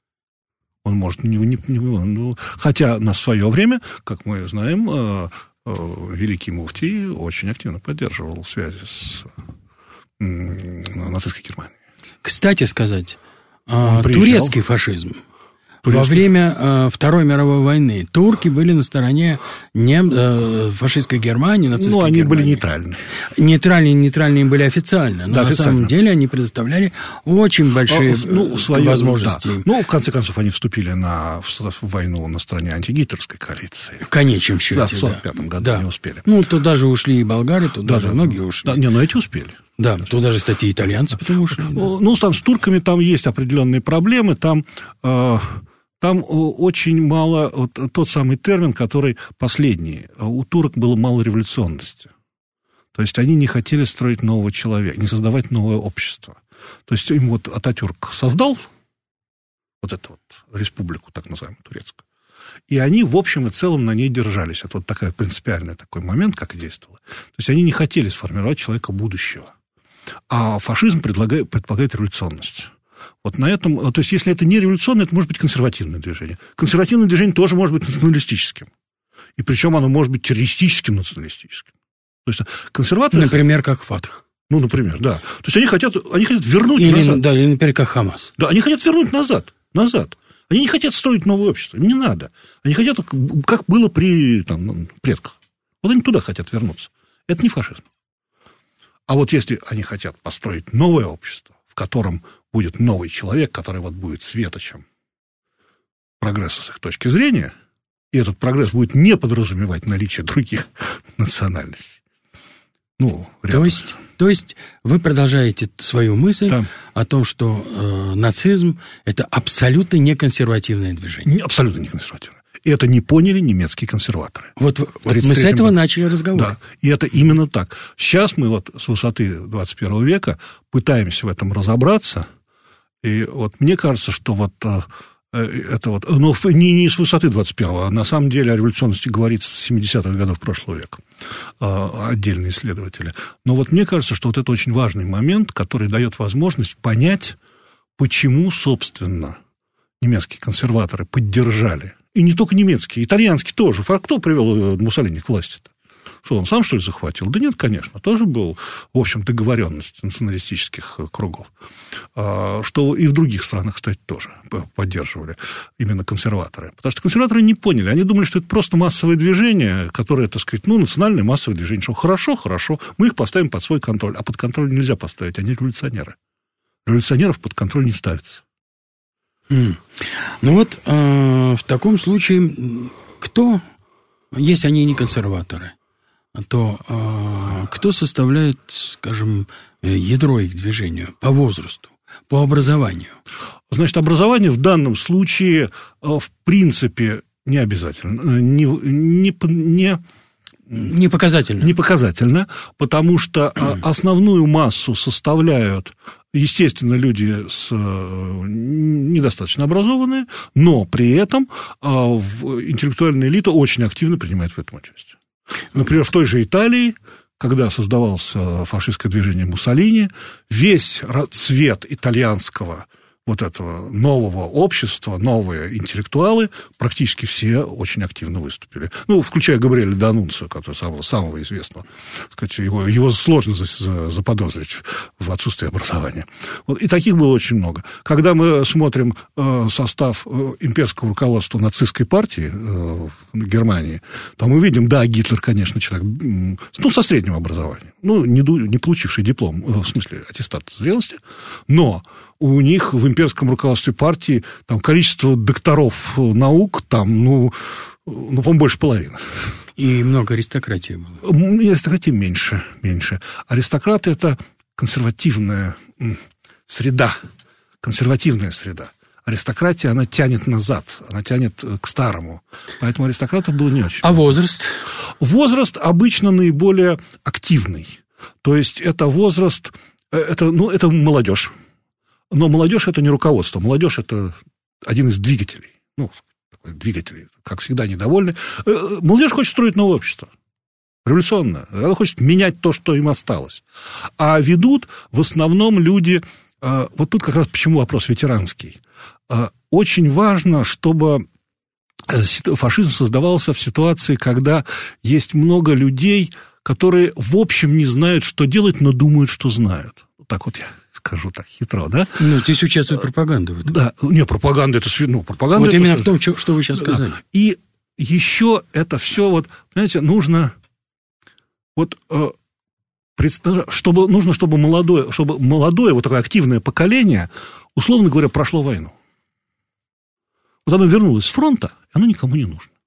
Он может не... не, не ну, хотя на свое время, как мы знаем, э, э, великий муфтий очень активно поддерживал связи с э, нацистской Германией. Кстати сказать... Турецкий фашизм. Турецкий. Во время э, Второй мировой войны турки были на стороне нем, э, фашистской Германии, нацистской Ну, они Германии. были нейтральны. Нейтральные, нейтральные были официально, но да, на официально. Самом деле они предоставляли очень большие а, ну, свою, возможности. Да. Ну, в конце концов, они вступили на, в, в войну на стороне антигитлерской коалиции. В конечном счете, да. В сорок пятом году да. не успели. Ну, туда же ушли и болгары, туда да, же да, многие ушли. Да, не, но эти успели. Да, туда же, кстати, итальянцы потому ушли. Да. Ну, там с турками там есть определенные проблемы, там... Э, Там очень мало, вот, тот самый термин, который последний, у турок было мало революционности. То есть они не хотели строить нового человека, не создавать новое общество. То есть им вот Ататюрк создал вот эту вот республику, так называемую, турецкую, и они в общем и целом на ней держались. Это вот такой принципиальный такой момент, как действовало. То есть они не хотели сформировать человека будущего. А фашизм предлагает, предполагает революционность. Вот на этом, то есть, если это не революционное, это может быть консервативное движение. Консервативное движение тоже может быть националистическим. И причем оно может быть террористическим националистическим. То есть, консерваторы... Например, как Фатх. Ну, например, да. То есть, они хотят, они хотят вернуть или, назад. Да, или, например, как Хамас. Да, они хотят вернуть назад. Назад. Они не хотят строить новое общество. Им не надо. Они хотят, как было при там, предках. Вот они туда хотят вернуться. Это не фашизм. А вот если они хотят построить новое общество, в котором будет новый человек, который вот будет светочем прогресса с их точки зрения, и этот прогресс будет не подразумевать наличие других национальностей. Ну, то есть, то есть вы продолжаете свою мысль да. о том, что э, нацизм – это абсолютно не консервативное движение. Абсолютно не консервативное. И это не поняли немецкие консерваторы. Вот, вот мы с этого году. начали разговор. Да, и это именно так. Сейчас мы вот с высоты двадцать первого века пытаемся в этом разобраться. И вот мне кажется, что вот Это вот, но не, не с высоты двадцать первого, а на самом деле о революционности говорится с семидесятых годов прошлого века. Отдельные исследователи. Но вот мне кажется, что вот это очень важный момент, который дает возможность понять, почему, собственно, немецкие консерваторы поддержали. И не только немецкие, итальянские тоже. А кто привел Муссолини к власти-то? Что, он сам, что ли, захватил? Да нет, конечно, тоже был, в общем, договоренность националистических кругов. Что и в других странах, кстати, тоже поддерживали именно консерваторы. Потому что консерваторы не поняли. Они думали, что это просто массовое движение, которое, так сказать, ну, национальное массовое движение. Что хорошо, хорошо, мы их поставим под свой контроль. А под контроль нельзя поставить, они революционеры. Революционеров под контроль не ставится. Mm. Ну вот, э, в таком случае, кто, если они не консерваторы, то э, кто составляет, скажем, ядро их движения по возрасту, по образованию? Значит, образование в данном случае, в принципе, не обязательно, не, не, не, не показательно. Не показательно, потому что основную массу составляют, естественно, люди с, недостаточно образованные, но при этом интеллектуальная элита очень активно принимает в этом участие. Например, в той же Италии, когда создавалось фашистское движение Муссолини, весь цвет итальянского вот этого нового общества, новые интеллектуалы, практически все очень активно выступили. Ну, включая Габриэля Данунцио, который самого, самого известного. Сказать, его, его сложно заподозрить в отсутствии образования. Вот, и таких было очень много. Когда мы смотрим э, состав э, имперского руководства нацистской партии э, в Германии, то мы видим, да, Гитлер, конечно, человек, э, ну, со средним образованием, ну, не, не получивший диплом, э, в смысле аттестат зрелости, но у них в имперском руководстве партии там количество докторов наук там, ну, ну, по-моему, больше половины. И много аристократии было. Аристократии меньше, меньше. Аристократы – это консервативная среда, консервативная среда. Аристократия, она тянет назад, она тянет к старому. Поэтому аристократов было не очень. А возраст? Возраст обычно наиболее активный. То есть это возраст, это, ну, это молодежь. Но молодежь – это не руководство. Молодежь – это один из двигателей. Ну, двигателей, как всегда, недовольны. Молодежь хочет строить новое общество. Революционное. Она хочет менять то, что им осталось. А ведут в основном люди... Вот тут как раз почему вопрос ветеранский. Очень важно, чтобы фашизм создавался в ситуации, когда есть много людей, которые, в общем, не знают, что делать, но думают, что знают. Так вот я скажу так хитро, да? Ну, здесь участвует пропаганда в этом. Да, не, пропаганда это... Ну, пропаганда вот это, именно в том, что, что вы сейчас сказали. Да. И еще это все, вот, понимаете, нужно... Вот, чтобы, нужно, чтобы молодое, чтобы молодое, вот такое активное поколение, условно говоря, прошло войну. Вот оно вернулось с фронта, и оно никому не нужно.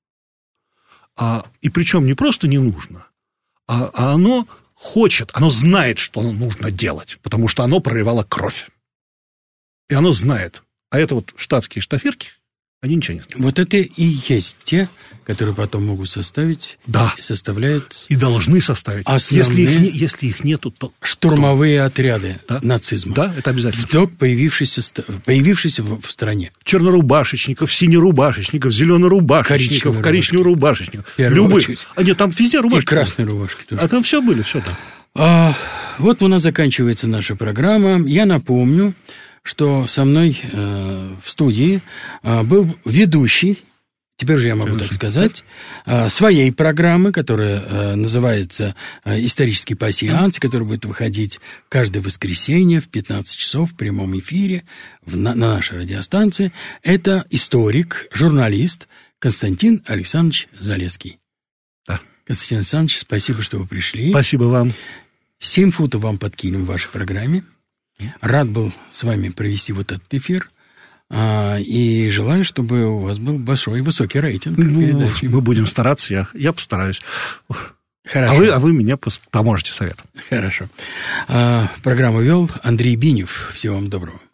А, и причем не просто не нужно, а, а оно... хочет, оно знает, что нужно делать, потому что оно проливало кровь. И оно знает. А это вот штатские штафирки, они ничего не знают. Вот это и есть те, которые потом могут составить, да. и составляют... И должны составить. Если их, не, если их нету, то... Штурмовые то... отряды да. нацизма. Да, это обязательно. Вдруг появившиеся, появившиеся в, в стране. Чернорубашечников, синерубашечников, зеленорубашечников, коричневорубашечников. Любых. А нет, там везде рубашки. И красные рубашки тоже. А там все были, все, да. А, вот у нас заканчивается наша программа. Я напомню, что со мной э, в студии э, был ведущий, теперь же я могу так сказать, э, своей программы, которая э, называется э, «Исторический пассианс», которая будет выходить каждое воскресенье в пятнадцать часов в прямом эфире в, на, на нашей радиостанции. Это историк, журналист Константин Александрович Залесский. Да. Константин Александрович, спасибо, что вы пришли. Спасибо вам. Семь футов вам подкинем в вашей программе. Рад был с вами провести вот этот эфир. А, и желаю, чтобы у вас был большой и высокий рейтинг ну, передачи. Мы будем стараться, я, я постараюсь. Хорошо. А вы, а вы меня поможете советом. Хорошо. А, программу вел Андрей Бинев. Всего вам доброго.